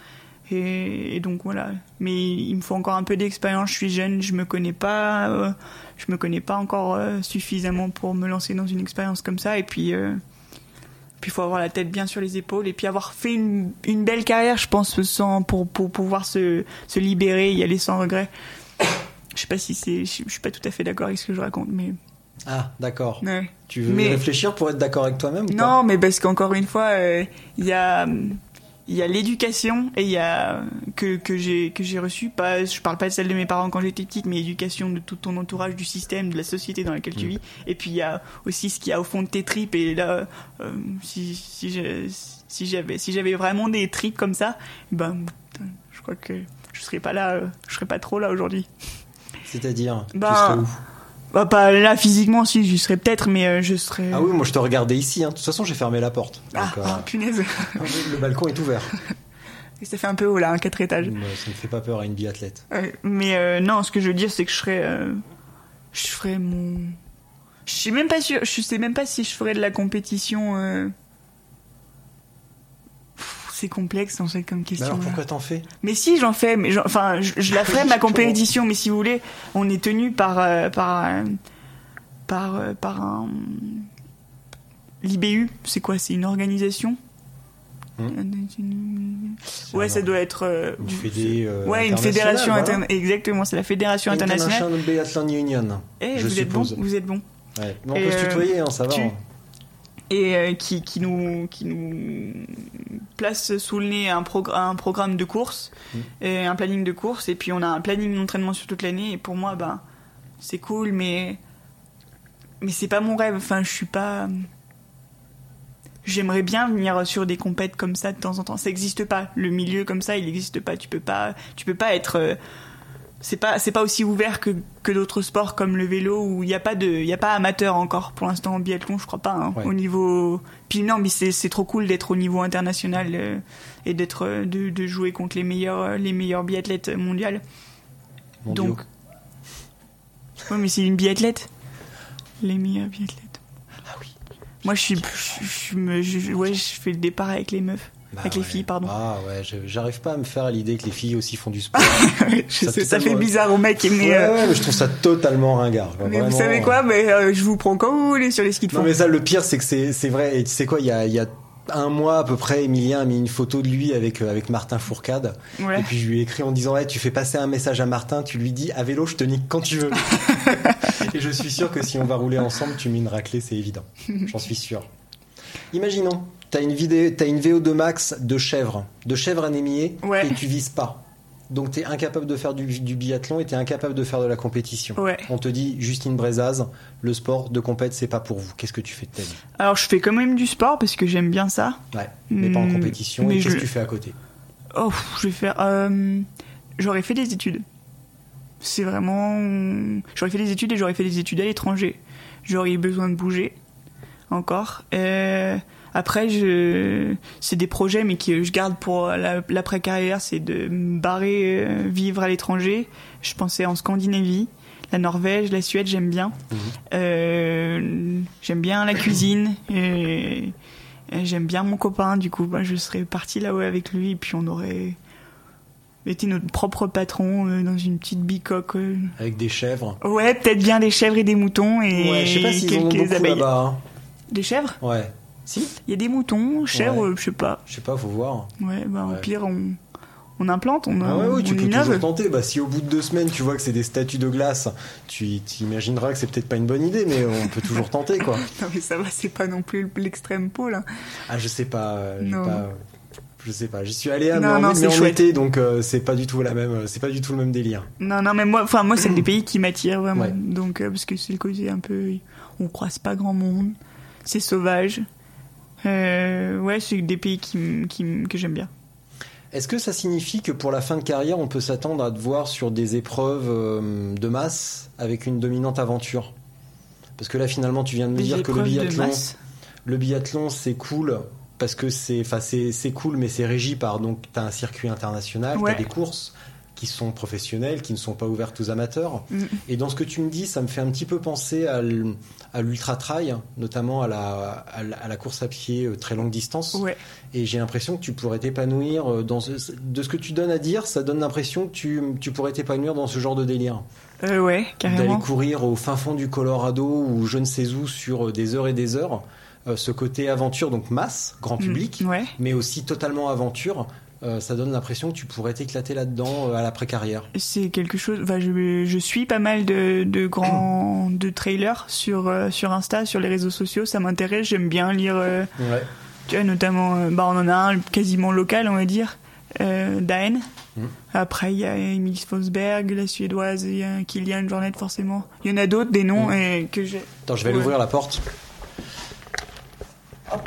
Et, et donc voilà. Mais il me faut encore un peu d'expérience. Je suis jeune, je me connais pas, euh, je me connais pas encore euh, suffisamment pour me lancer dans une expérience comme ça. Et puis, euh, puis il faut avoir la tête bien sur les épaules, et puis avoir fait une, une belle carrière, je pense, sans pour pour pouvoir se se libérer, y aller sans regret. Je sais pas si c'est, je suis pas tout à fait d'accord avec ce que je raconte, mais. Ah, d'accord. Ouais. Tu veux mais... y réfléchir pour être d'accord avec toi-même ou Non, pas? mais parce qu'encore une fois, il euh, y a, il y a l'éducation, et il y a que que j'ai que j'ai reçu. Pas, je parle pas de celle de mes parents quand j'étais petite, mais l'éducation de tout ton entourage, du système, de la société dans laquelle mmh. tu vis. Et puis il y a aussi ce qu'il y a au fond de tes tripes. Et là, euh, si si je, si j'avais si j'avais vraiment des tripes comme ça, ben, je crois que je serais pas là, je serais pas trop là aujourd'hui. C'est-à-dire, bah, tu serais où? Bah, pas là physiquement, si, j'y serais peut-être, mais euh, je serais. Ah oui, moi je te regardais ici, hein. De toute façon j'ai fermé la porte. Ah, donc, euh... oh, punaise. Le balcon est ouvert. Et ça fait un peu haut là, un quatre étages. Moi, ça me fait pas peur à une biathlète. Ouais, mais euh, non, ce que je veux dire, c'est que je serais. Euh, je ferais mon. Je sais même pas sûr, je sais même pas si je ferais de la compétition. Euh... C'est complexe en fait comme question. Mais alors pourquoi t'en fais? Mais si, j'en fais, mais j'en, enfin, je, je la ferai ma compétition, mais si vous voulez, on est tenu par euh, par euh, par euh, par un l'I B U. C'est quoi? C'est une organisation. Hum. Ouais, ça doit être euh, une fédé, euh, ouais, une fédération voilà. interne. Exactement, c'est la fédération internationale. International Biathlon Union. Eh, je vous suppose. êtes bon, vous êtes bon. Ouais. Mais on et peut euh, se tutoyer, hein, ça va. Tu... Hein. Et euh, qui, qui, nous, qui nous place sous le nez un, progr- un programme de course, mmh. et un planning de course, et puis on a un planning d'entraînement sur toute l'année, et pour moi, ben, c'est cool, mais, mais c'est pas mon rêve. Enfin, je suis pas... J'aimerais bien venir sur des compètes comme ça de temps en temps. Ça n'existe pas. Le milieu comme ça, il n'existe pas. Tu peux pas, tu peux pas être... Euh, c'est pas c'est pas aussi ouvert que que d'autres sports comme le vélo où il y a pas de il y a pas amateur encore pour l'instant en biathlon, je crois pas, hein, ouais. Au niveau puis non mais c'est c'est trop cool d'être au niveau international euh, et d'être de de jouer contre les meilleurs les meilleurs biathlètes mondiaux. Mondiaux. Donc ouais, mais c'est une biathlète, les meilleurs biathlètes. Ah oui. Moi je suis je, je me je, ouais je fais le départ avec les meufs. Bah avec ouais. les filles, pardon. Ah ouais, j'arrive pas à me faire à l'idée que les filles aussi font du sport. je ça, sais, ça fait bizarre au mec. Mais ouais, euh... ouais, mais je trouve ça totalement ringard. Mais vraiment. Vous savez quoi, mais euh, je vous prends quand vous voulez sur les skis de fond. Non mais ça, le pire, c'est que c'est c'est vrai. Et tu sais quoi, il y a il y a un mois à peu près, Emilien a mis une photo de lui avec euh, avec Martin Fourcade. Ouais. Et puis je lui ai écrit en disant ouais, tu fais passer un message à Martin, tu lui dis à vélo, je te nique quand tu veux. Et je suis sûr que si on va rouler ensemble, tu mets une raclée, c'est évident. J'en suis sûr. Imaginons. T'as une vidéo, t'as une V O deux max de chèvre, de chèvre anémiée, ouais. Et tu vises pas. Donc t'es incapable de faire du, du biathlon et t'es incapable de faire de la compétition. Ouais. On te dit, Justine Brezaz, le sport de compète, c'est pas pour vous. Qu'est-ce que tu fais de ta vie ? Alors je fais quand même du sport parce que j'aime bien ça. Ouais, mais mmh, pas en compétition. Et qu'est-ce je... que tu fais à côté ? Oh, je vais faire... Euh, j'aurais fait des études. C'est vraiment... J'aurais fait des études et j'aurais fait des études à l'étranger. J'aurais eu besoin de bouger, encore. Euh... Après, je... c'est des projets, mais que je garde pour la... l'après-carrière, c'est de me barrer, euh, vivre à l'étranger. Je pensais en Scandinavie, la Norvège, la Suède, j'aime bien. Mmh. Euh, j'aime bien la cuisine, et... et j'aime bien mon copain. Du coup, bah, je serais partie là-haut avec lui, et puis on aurait été notre propre patron euh, dans une petite bicoque. Euh... Avec des chèvres. Ouais, peut-être bien des chèvres et des moutons, et ouais, je sais pas s'ils en ont beaucoup abeilles. Là-bas. Hein. Des chèvres ? Ouais. Si. Il y a des moutons, chèvres, ouais. Je sais pas. Je sais pas, faut voir. Ouais, bah ouais. Au pire, on, on implante, on, ah ouais, on oui, tu peux innove. toujours tenter. Bah, si au bout de deux semaines, tu vois que c'est des statues de glace, tu t'imagineras que c'est peut-être pas une bonne idée, mais on peut toujours tenter, quoi. Non, mais ça va, c'est pas non plus l'extrême pôle. Hein. Ah, je sais pas. Euh, non. Pas, je sais pas. J'y suis allé à non, mais, non, mais en été, donc euh, c'est pas du tout la même. C'est pas du tout le même délire. Non, non, mais moi, enfin, moi, c'est des pays qui m'attirent vraiment. Ouais. Donc, euh, parce que c'est le côté un peu, on croise pas grand monde, c'est sauvage. Euh, ouais, c'est des pays qui, qui, que j'aime bien. Est-ce que ça signifie que pour la fin de carrière, on peut s'attendre à te voir sur des épreuves euh, de masse avec une dominante aventure ? Parce que là, finalement, tu viens de me des dire que le biathlon, le biathlon, c'est cool parce que c'est, enfin, c'est, c'est cool, mais c'est régi par donc t'as un circuit international, ouais. T'as des courses qui sont professionnelles, qui ne sont pas ouvertes aux amateurs. Mmh. Et dans ce que tu me dis, ça me fait un petit peu penser à, à l'ultra-trail, notamment à la, à, la, à la course à pied très longue distance. Ouais. Et j'ai l'impression que tu pourrais t'épanouir dans ce, de ce que tu donnes à dire, ça donne l'impression que tu, tu pourrais t'épanouir dans ce genre de délire. Euh, ouais, carrément. D'aller courir au fin fond du Colorado ou je ne sais où sur des heures et des heures. Euh, ce côté aventure, donc masse, grand public, mmh. Ouais. Mais aussi totalement aventure. Euh, ça donne l'impression que tu pourrais t'éclater là-dedans euh, à l'après-carrière. C'est quelque chose. Enfin, je, je suis pas mal de, de grands de trailers sur euh, sur Insta, sur les réseaux sociaux. Ça m'intéresse. J'aime bien lire. Euh, ouais. Tu vois, notamment, euh, bah, on en a un quasiment local, on va dire, euh, Daen. Mmh. Après, il y a Emily Fosberg, la suédoise, il y a Kilian Jornet, forcément. Il y en a d'autres, des noms, mmh. et que j'ai. Attends, je vais ouais. l'ouvrir la porte. Hop.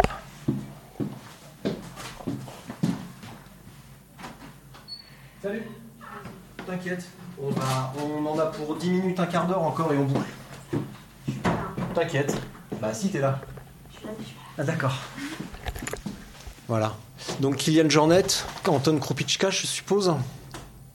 Salut. T'inquiète, on, va, on en a pour dix minutes, un quart d'heure encore et on boucle. T'inquiète. Bah si, t'es là. Je suis là, je suis là. Ah d'accord. Voilà. Donc Kilian Jornet, Anton Krupicka, je suppose. Non ?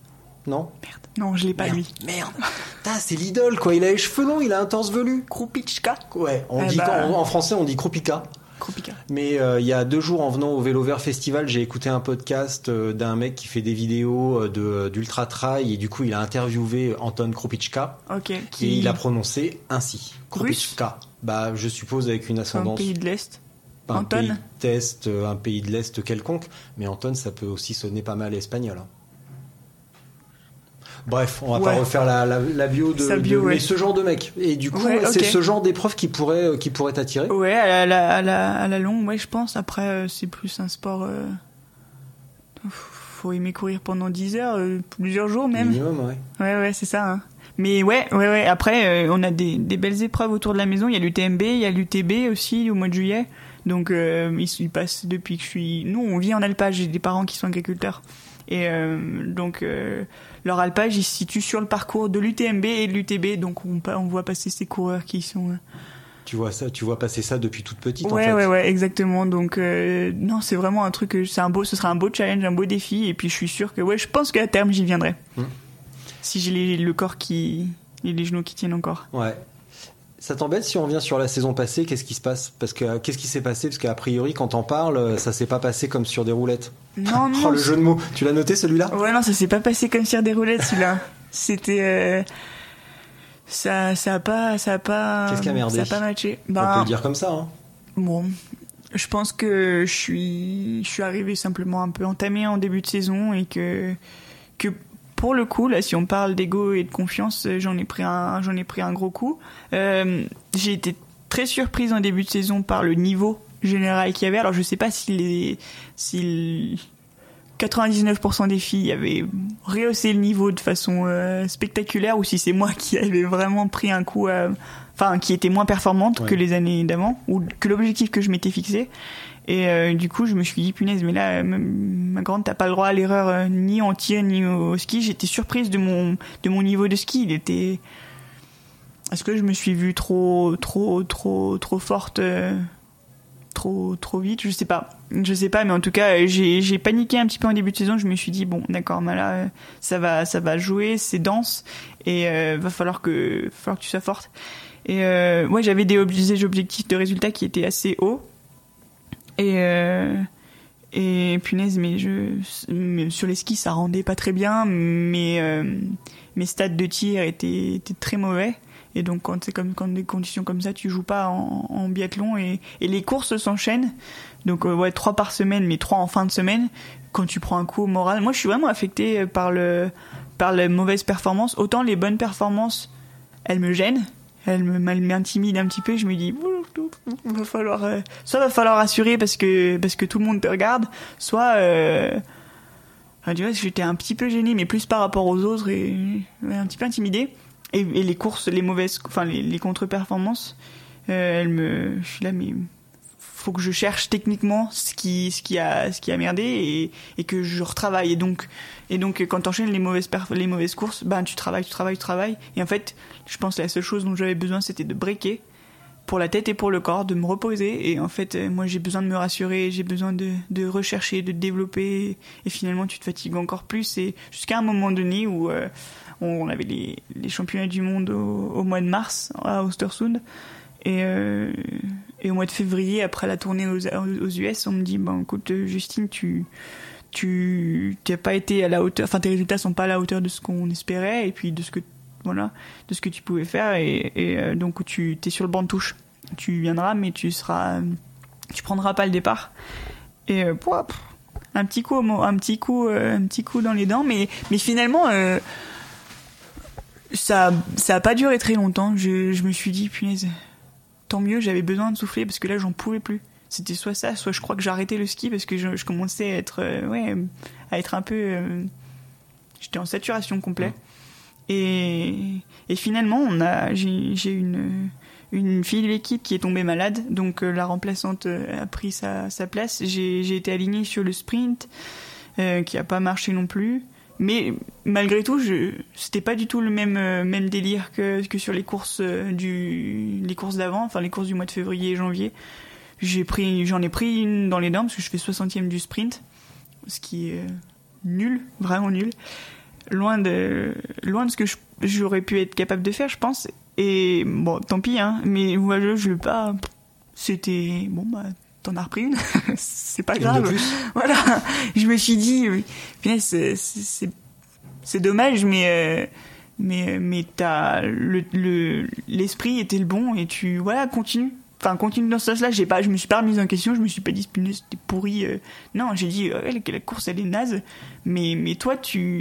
Merde. Non, je l'ai pas Merde. lui. Merde. Putain, c'est l'idole quoi. Il a les cheveux longs, il a un torse velu. Krupicka. Ouais, on eh dit bah... en, en français on dit Krupicka. Krupicka. Mais euh, il y a deux jours, en venant au Vélo Vert Festival, j'ai écouté un podcast euh, d'un mec qui fait des vidéos de, d'ultra trail et du coup il a interviewé Anton Krupicka. Ok. Qui... Et il a prononcé ainsi. Krupicka. Bah, je suppose avec une ascendance. Un pays de l'Est. Un Anton. pays d'Est, un pays de l'Est quelconque. Mais Anton, ça peut aussi sonner pas mal espagnol. Hein. Bref, on va ouais. pas refaire la, la, la bio de, Sa bio, de ouais. mais ce genre de mec. Et du coup, ouais, c'est okay. ce genre d'épreuve qui pourrait, qui pourrait t'attirer. Ouais, à la, à la, à la longue, ouais, je pense. Après, euh, c'est plus un sport. Euh... Faut aimer courir pendant dix heures, euh, plusieurs jours même. Minimum, ouais. Ouais, ouais, c'est ça. Hein. Mais ouais, ouais, ouais. Après, euh, on a des, des belles épreuves autour de la maison. Il y a l'U T M B, il y a l'U T B aussi au mois de juillet. Donc, euh, ils, ils passent depuis que je suis. Nous, on vit en alpage. J'ai des parents qui sont agriculteurs. Et euh, donc, euh, leur alpage, il se situe sur le parcours de l'U T M B et de l'U T B. Donc, on, on voit passer ces coureurs qui sont. Euh... Tu vois ça, tu vois passer ça depuis toute petite. Ouais, en fait. ouais, ouais, exactement. Donc, euh, non, c'est vraiment un truc. C'est un beau, ce sera un beau challenge, un beau défi. Et puis, je suis sûr que, ouais, je pense qu'à terme, j'y viendrai. Hum. Si j'ai les, le corps qui, et les genoux qui tiennent encore. Ouais. Ça t'embête si on revient sur la saison passée? Qu'est-ce qui se passe? Parce que qu'est-ce qui s'est passé? Parce qu'a priori, quand t'en parles, ça s'est pas passé comme sur des roulettes. Non, non. Oh, le jeu de mots. Tu l'as noté celui-là? Ouais, non, ça s'est pas passé comme sur des roulettes celui-là. C'était. Euh... Ça, ça a pas, ça a pas. Qu'est-ce qui a merdé? Ça a pas matché. Bah, on peut le dire comme ça. Hein. Bon, je pense que je suis, je suis arrivé simplement un peu entamé en début de saison et que, que pour le coup, là, si on parle d'ego et de confiance, j'en ai pris un, j'en ai pris un gros coup. Euh, j'ai été très surprise en début de saison par le niveau général qu'il y avait. Alors, je sais pas si les, si quatre-vingt-dix-neuf pour cent des filles avaient rehaussé le niveau de façon euh, spectaculaire ou si c'est moi qui avais vraiment pris un coup, euh, enfin qui était moins performante ouais. que les années d'avant ou que l'objectif que je m'étais fixé. Et euh, du coup, je me suis dit punaise, mais là, ma grande, t'as pas le droit à l'erreur euh, ni en tir ni au, au ski. J'étais surprise de mon de mon niveau de ski. Il était. Est-ce que je me suis vue trop trop trop trop forte? Euh... trop trop vite, je sais pas je sais pas mais en tout cas j'ai j'ai paniqué un petit peu en début de saison. Je me suis dit bon d'accord, mais là ça va ça va jouer, c'est dense et euh, va falloir que va falloir que tu sois forte. Et euh, ouais, j'avais des, ob- des objectifs de résultats qui étaient assez hauts et euh, et punaise mais je mais sur les skis ça rendait pas très bien, mais euh, mes stats de tir étaient étaient très mauvais. Et donc quand c'est comme quand des conditions comme ça, tu joues pas en, en biathlon et, et les courses s'enchaînent. Donc euh, ouais, trois par semaine, mais trois en fin de semaine. Quand tu prends un coup au moral, moi je suis vraiment affectée par le par les mauvaises performances. Autant les bonnes performances, elles me gênent, elles me elles m'intimident un petit peu. Je me dis va falloir euh, soit va falloir assurer parce que parce que tout le monde te regarde, soit euh, enfin, tu vois, j'étais un petit peu gênée, mais plus par rapport aux autres et ouais, un petit peu intimidée. Et, et les courses, les mauvaises, enfin les, les contre-performances, euh, elles me, je suis là, mais faut que je cherche techniquement ce qui, ce qui a, ce qui a merdé et, et que je retravaille. Et donc, et donc quand t'enchaînes les mauvaises perf- les mauvaises courses, ben tu travailles, tu travailles, tu travailles. Et en fait, je pense que la seule chose dont j'avais besoin, c'était de breaker pour la tête et pour le corps, de me reposer. Et en fait, moi, j'ai besoin de me rassurer, j'ai besoin de, de rechercher, de développer. Et finalement, tu te fatigues encore plus. Et jusqu'à un moment donné où euh, on avait les, les championnats du monde au, au mois de mars à Östersund et, euh, et au mois de février après la tournée aux, aux U S on me dit bon écoute Justine, tu tu t'as pas été à la hauteur, enfin tes résultats sont pas à la hauteur de ce qu'on espérait et puis de ce que voilà de ce que tu pouvais faire et, et euh, donc tu t'es sur le banc de touche, tu viendras mais tu seras tu prendras pas le départ et euh, pouah, un petit coup un petit coup euh, un petit coup dans les dents mais mais finalement euh, ça ça a pas duré très longtemps. Je je me suis dit punaise, tant mieux, j'avais besoin de souffler parce que là j'en pouvais plus. C'était soit ça, soit je crois que j'arrêtais le ski parce que je, je commençais à être euh, ouais à être un peu euh, j'étais en saturation complète. Et et finalement on a j'ai j'ai une une fille de l'équipe qui est tombée malade, donc euh, la remplaçante euh, a pris sa sa place. J'ai j'ai été alignée sur le sprint euh, qui a pas marché non plus. Mais malgré tout, je, c'était pas du tout le même euh, même délire que que sur les courses euh, du les courses d'avant, enfin les courses du mois de février et janvier. J'ai pris j'en ai pris une dans les dents parce que je fais soixantième du sprint, ce qui est euh, nul, vraiment nul. Loin de loin de ce que je, j'aurais pu être capable de faire, je pense. Et bon, tant pis hein, mais moi je je veux pas c'était bon bah t'en as repris une, c'est pas grave. Voilà, je me suis dit, c'est, c'est, c'est, c'est dommage, mais euh, mais mais t'as le, le l'esprit était le bon et tu voilà continue, enfin continue dans ce sens-là. J'ai pas, je me suis pas remise en question, je me suis pas dit c'était pourri. Euh, non, j'ai dit euh, la course elle est naze, mais mais toi tu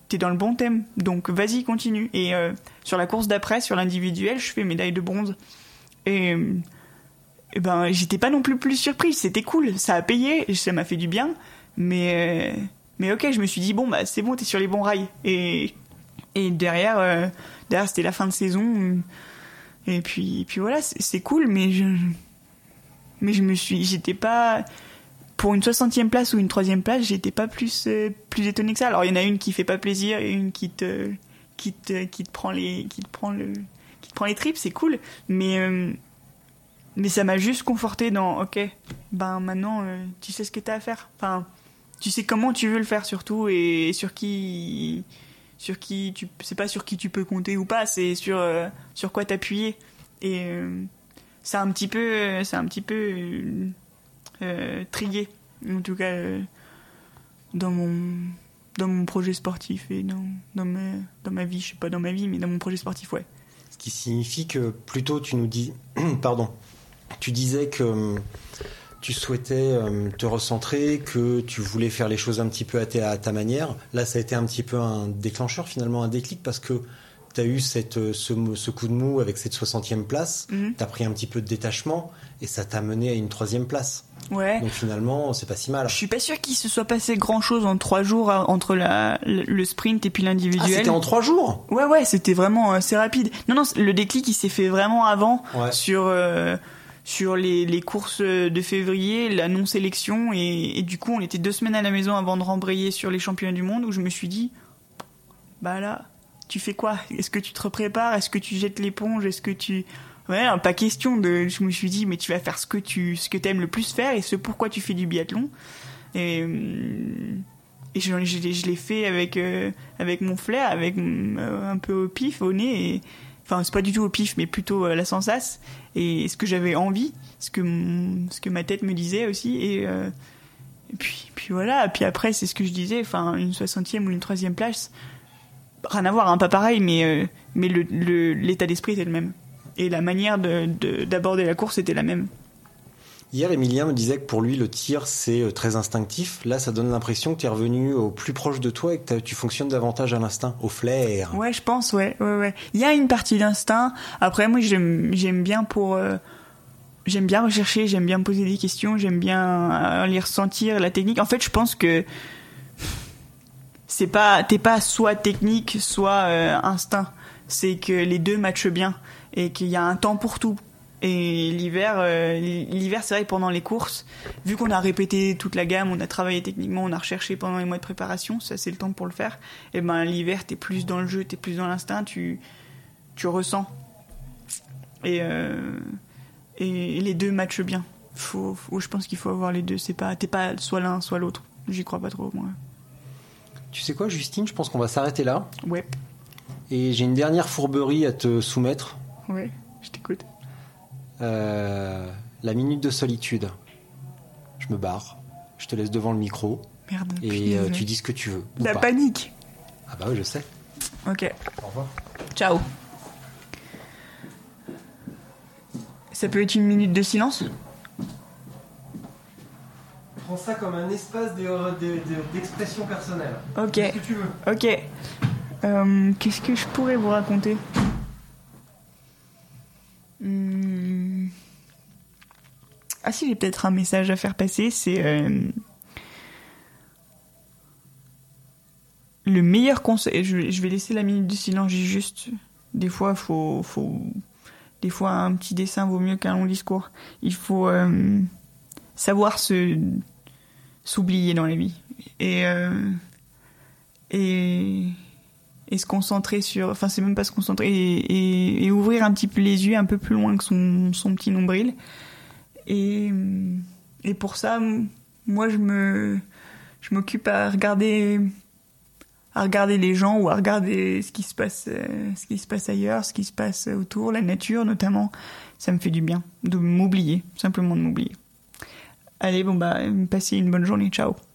t'es dans le bon thème, donc vas-y, continue. Et euh, sur la course d'après, sur l'individuel, je fais médaille de bronze. Et, et ben, j'étais pas non plus plus surprise, c'était cool, ça a payé, ça m'a fait du bien, mais, euh, mais ok, je me suis dit, bon, bah c'est bon, t'es sur les bons rails. Et, et derrière, euh, derrière, c'était la fin de saison, et puis, et puis voilà, c'est, c'est cool, mais je, mais je me suis, j'étais pas... Pour une soixantième place ou une troisième place, j'étais pas plus euh, plus étonnée que ça. Alors il y en a une qui fait pas plaisir et une qui te qui te qui te prend les qui te prend le qui te prend les tripes, c'est cool. Mais euh, mais ça m'a juste conforté dans ok, ben maintenant euh, tu sais ce que t'as à faire. Enfin, tu sais comment tu veux le faire surtout et sur qui sur qui tu c'est pas sur qui tu peux compter ou pas, c'est sur euh, sur quoi t'appuyer. Et euh, c'est un petit peu c'est un petit peu euh, Euh, trié en tout cas euh, dans mon dans mon projet sportif et dans dans ma dans ma vie, je sais pas dans ma vie mais dans mon projet sportif, ouais. Ce qui signifie que plutôt tu nous dis pardon tu disais que tu souhaitais euh, te recentrer, que tu voulais faire les choses un petit peu à ta, à ta manière. Là ça a été un petit peu un déclencheur, finalement un déclic, parce que tu as eu cette, ce, ce coup de mou avec cette soixantième place, mm-hmm. tu as pris un petit peu de détachement et ça t'a mené à une troisième place. Ouais. Donc finalement, c'est pas si mal. Je suis pas sûre qu'il se soit passé grand chose en trois jours entre la, le sprint et puis l'individuel. Ah, c'était en trois jours? Ouais, ouais, c'était vraiment assez rapide. Non, non, le déclic, il s'est fait vraiment avant, ouais. sur, euh, sur les, les courses de février, la non-sélection, et, et du coup, on était deux semaines à la maison avant de rembrayer sur les championnats du monde, où je me suis dit, bah là, tu fais quoi? Est-ce que tu te prépares? Est-ce que tu jettes l'éponge? Est-ce que tu... Ouais, pas question de... Je me suis dit, mais tu vas faire ce que tu ce que t'aimes le plus faire et ce pourquoi tu fais du biathlon. Et, et je, je, je l'ai fait avec, euh, avec mon flair, avec euh, un peu au pif, au nez. Et, enfin, c'est pas du tout au pif, mais plutôt euh, la sensace. Et ce que j'avais envie, ce que, mon, ce que ma tête me disait aussi. Et, euh, et puis, puis voilà. Puis après, c'est ce que je disais, enfin, une soixantième ou une troisième place... Rien à voir, hein, pas pareil, mais, euh, mais le, le, l'état d'esprit était le même. Et la manière de, de, d'aborder la course était la même. Hier, Emilien me disait que pour lui, le tir, c'est très instinctif. Là, ça donne l'impression que tu es revenu au plus proche de toi et que tu fonctionnes davantage à l'instinct, au flair. Ouais, je pense, ouais. ouais, ouais. Il y a une partie d'instinct. Après, moi, j'aime, j'aime bien pour... Euh, j'aime bien rechercher, j'aime bien me poser des questions, j'aime bien aller ressentir la technique. En fait, je pense que... c'est pas t'es pas soit technique soit euh, instinct, c'est que les deux matchent bien et qu'il y a un temps pour tout. Et l'hiver euh, l'hiver c'est vrai, pendant les courses, vu qu'on a répété toute la gamme, on a travaillé techniquement, on a recherché pendant les mois de préparation, ça c'est le temps pour le faire, et ben l'hiver t'es plus dans le jeu, t'es plus dans l'instinct, tu tu ressens et euh, et les deux matchent bien. Faut, faut je pense qu'il faut avoir les deux, c'est pas t'es pas soit l'un soit l'autre, j'y crois pas trop moi. Tu sais quoi, Justine, je pense qu'on va s'arrêter là. Ouais. Et j'ai une dernière fourberie à te soumettre. Ouais, je t'écoute. Euh, la minute de solitude. Je me barre. Je te laisse devant le micro. Merde. Et euh, tu dis ce que tu veux. La pas. Panique. Ah bah oui, je sais. Ok. Au revoir. Ciao. Ça peut être une minute de silence ? Prends ça comme un espace de, de, de, d'expression personnelle. Ok. Qu'est-ce que tu veux ? Ok. Euh, qu'est-ce que je pourrais vous raconter ? hum... Ah si, j'ai peut-être un message à faire passer. C'est euh... le meilleur conseil. Je, je vais laisser la minute du silence. J'ai juste des fois, faut, faut, des fois un petit dessin vaut mieux qu'un long discours. Il faut euh... savoir se s'oublier dans la vie et euh, et et se concentrer sur, enfin c'est même pas se concentrer et, et, et ouvrir un petit peu les yeux un peu plus loin que son son petit nombril et et pour ça moi je me je m'occupe à regarder à regarder les gens ou à regarder ce qui se passe ce qui se passe ailleurs, ce qui se passe autour, la nature notamment. Ça me fait du bien de m'oublier, simplement de m'oublier. Allez, bon bah, passez une bonne journée, ciao.